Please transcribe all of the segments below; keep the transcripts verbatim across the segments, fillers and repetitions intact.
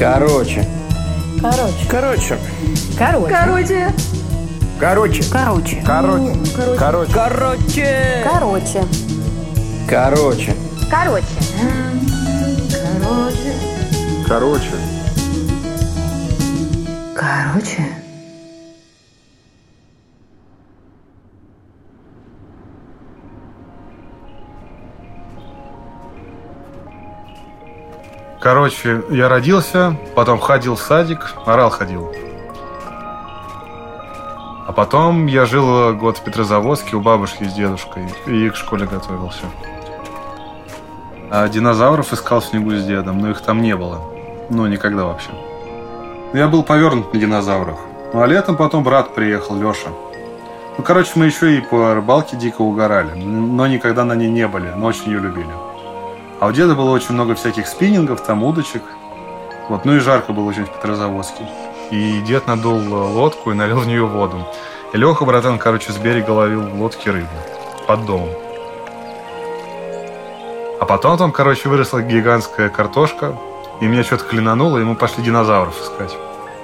Короче. Короче. Короче. Короче. Короче. Короче. Короче. Короче. Короче. Короче. Короче. Короче. Короче. Короче. Короче. Короче, я родился, потом ходил в садик, орал ходил. А потом я жил год в Петрозаводске у бабушки с дедушкой и к школе готовился. А динозавров искал в снегу с дедом, но их там не было. Ну, никогда вообще. Я был повернут на динозаврах. Ну, а летом потом брат приехал, Леша. Ну, короче, мы еще и по рыбалке дико угорали, но никогда на ней не были, но очень ее любили. А у деда было очень много всяких спиннингов, там удочек. Вот. Ну и жарко было очень в Петрозаводске. И дед надул лодку и налил в нее воду. И Леха, братан, короче, с берега ловил в лодке рыбу. Под домом. А потом там, короче, выросла гигантская картошка. И меня что-то клинануло, и мы пошли динозавров искать.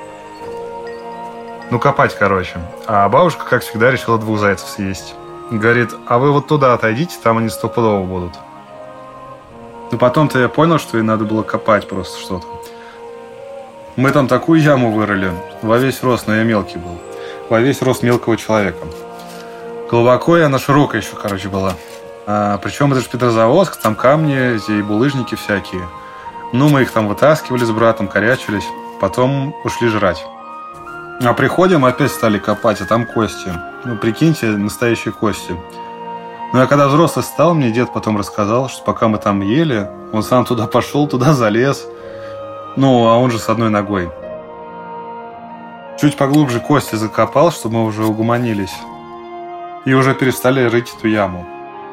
Ну, копать, короче. А бабушка, как всегда, решила двух зайцев съесть. Говорит, а вы вот туда отойдите, там они стопудово будут. Но потом-то я понял, что ей надо было копать просто что-то. Мы там такую яму вырыли, во весь рост, но я мелкий был. Во весь рост мелкого человека. Глубоко и она широкая еще, короче, была. А, причем это же Петрозаводск, там камни, и булыжники всякие. Ну, мы их там вытаскивали с братом, корячились. Потом ушли жрать. А приходим, опять стали копать, а там кости. Ну, прикиньте, настоящие кости. Ну, я когда взрослый стал, мне дед потом рассказал, что пока мы там ели, он сам туда пошел, туда залез. Ну, а он же с одной ногой. Чуть поглубже кости закопал, чтобы мы уже угомонились. И уже перестали рыть эту яму.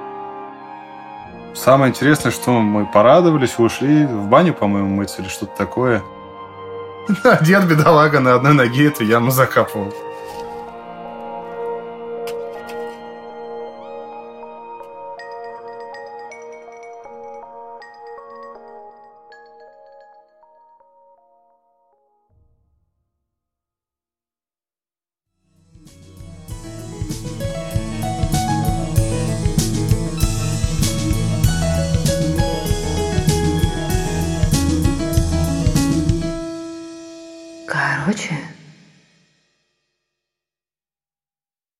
Самое интересное, что мы порадовались, ушли в баню, по-моему, мыться или что-то такое. А дед, бедолага, на одной ноге эту яму закапывал.